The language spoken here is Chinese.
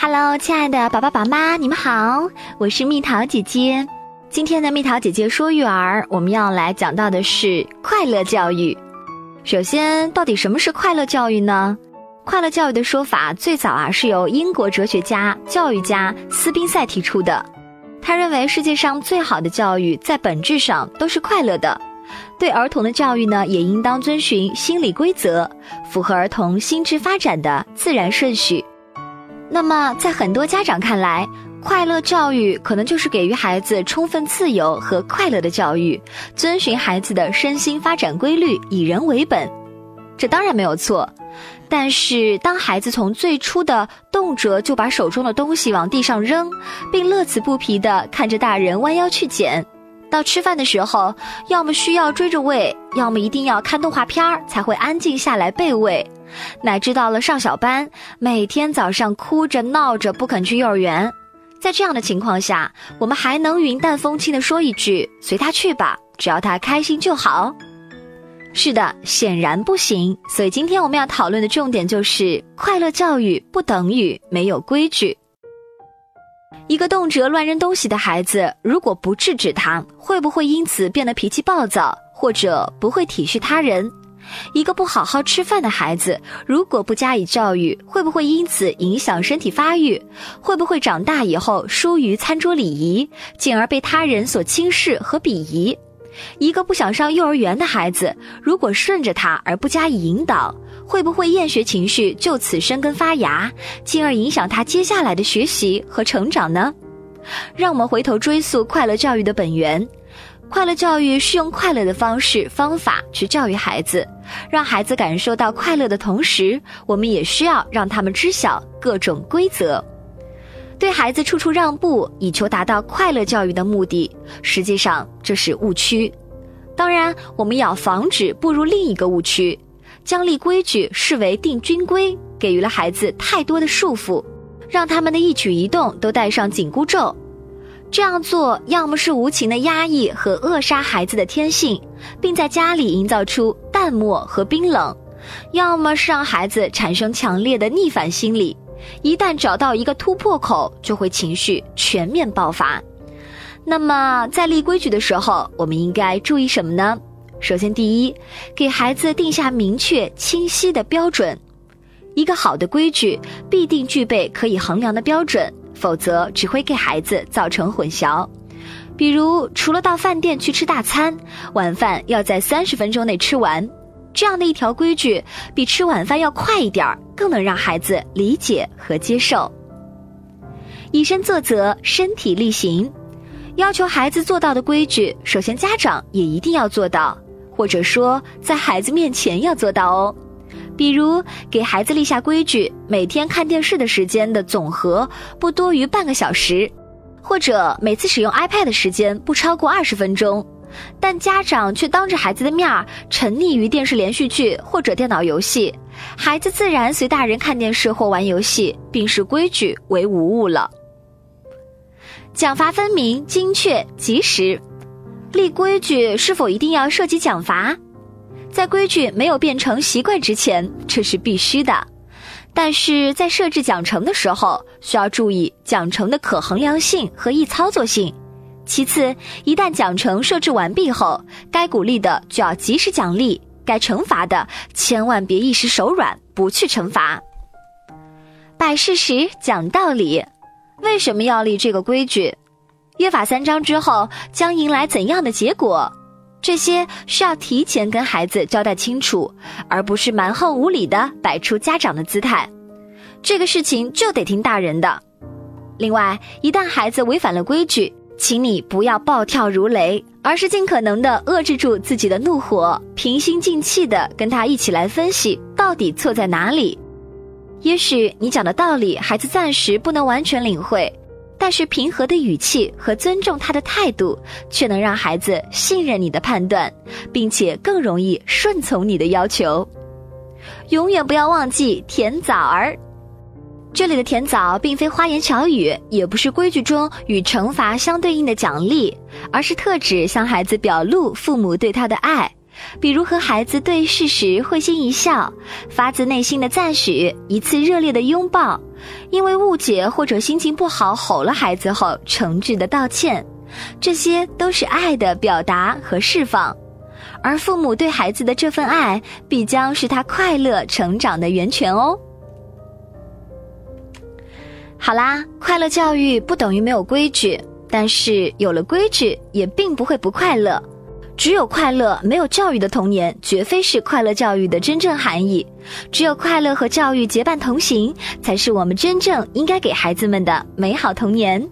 Hello， 亲爱的宝宝宝妈，你们好，我是蜜桃姐姐。今天的蜜桃姐姐说育儿，我们要来讲到的是快乐教育。首先，到底什么是快乐教育呢？快乐教育的说法最早是由英国哲学家、教育家斯宾塞提出的。他认为世界上最好的教育在本质上都是快乐的。对儿童的教育呢，也应当遵循心理规则，符合儿童心智发展的自然顺序。那么在很多家长看来，快乐教育可能就是给予孩子充分自由和快乐的教育，遵循孩子的身心发展规律，以人为本。这当然没有错，但是当孩子从最初的动辄就把手中的东西往地上扔，并乐此不疲地看着大人弯腰去捡，到吃饭的时候，要么需要追着喂，要么一定要看动画片才会安静下来被喂，乃至到了上小班，每天早上哭着闹着不肯去幼儿园。在这样的情况下，我们还能云淡风轻地说一句随他去吧，只要他开心就好？是的，显然不行。所以今天我们要讨论的重点就是快乐教育不等于没有规矩。一个动辄乱扔东西的孩子，如果不制止他，会不会因此变得脾气暴躁，或者不会体恤他人？一个不好好吃饭的孩子，如果不加以教育，会不会因此影响身体发育？会不会长大以后疏于餐桌礼仪，进而被他人所轻视和鄙夷？一个不想上幼儿园的孩子，如果顺着他而不加以引导，会不会厌学情绪就此生根发芽，进而影响他接下来的学习和成长呢？让我们回头追溯快乐教育的本源。快乐教育是用快乐的方式方法去教育孩子，让孩子感受到快乐的同时，我们也需要让他们知晓各种规则。对孩子处处让步，以求达到快乐教育的目的，实际上这是误区。当然，我们要防止步入另一个误区，将立规矩视为定军规，给予了孩子太多的束缚，让他们的一举一动都带上紧箍咒。这样做要么是无情的压抑和扼杀孩子的天性，并在家里营造出淡漠和冰冷，要么是让孩子产生强烈的逆反心理，一旦找到一个突破口，就会情绪全面爆发。那么在立规矩的时候，我们应该注意什么呢？首先，第一，给孩子定下明确清晰的标准。一个好的规矩必定具备可以衡量的标准，否则只会给孩子造成混淆。比如，除了到饭店去吃大餐，晚饭要在30分钟内吃完，这样的一条规矩比吃晚饭要快一点，更能让孩子理解和接受。以身作则，身体力行。要求孩子做到的规矩，首先家长也一定要做到，或者说在孩子面前要做到哦。比如给孩子立下规矩，每天看电视的时间的总和不多于半个小时，或者每次使用 iPad 的时间不超过20分钟，但家长却当着孩子的面沉溺于电视连续剧或者电脑游戏，孩子自然随大人看电视或玩游戏，并视规矩为无物了。奖罚分明、精确、及时。立规矩是否一定要涉及奖罚？在规矩没有变成习惯之前，这是必须的。但是在设置奖惩的时候，需要注意奖惩的可衡量性和易操作性。其次，一旦奖惩设置完毕后，该鼓励的就要及时奖励，该惩罚的千万别一时手软不去惩罚。摆事实，讲道理。为什么要立这个规矩？约法3章之后将迎来怎样的结果？这些需要提前跟孩子交代清楚，而不是蛮横无理地摆出家长的姿态。这个事情就得听大人的。另外，一旦孩子违反了规矩，请你不要暴跳如雷，而是尽可能地遏制住自己的怒火，平心静气地跟他一起来分析到底错在哪里。也许你讲的道理孩子暂时不能完全领会，但是平和的语气和尊重他的态度，却能让孩子信任你的判断，并且更容易顺从你的要求。永远不要忘记甜枣儿。这里的甜枣并非花言巧语，也不是规矩中与惩罚相对应的奖励，而是特指向孩子表露父母对他的爱，比如和孩子对视时会心一笑，发自内心的赞许，一次热烈的拥抱， 因为误解或者心情不好吼了孩子后诚挚的道歉，这些都是爱的表达和释放，而父母对孩子的这份爱必将是他快乐成长的源泉哦。好啦，快乐教育不等于没有规矩，但是有了规矩也并不会不快乐。只有快乐没有教育的童年，绝非是快乐教育的真正含义。只有快乐和教育结伴同行，才是我们真正应该给孩子们的美好童年。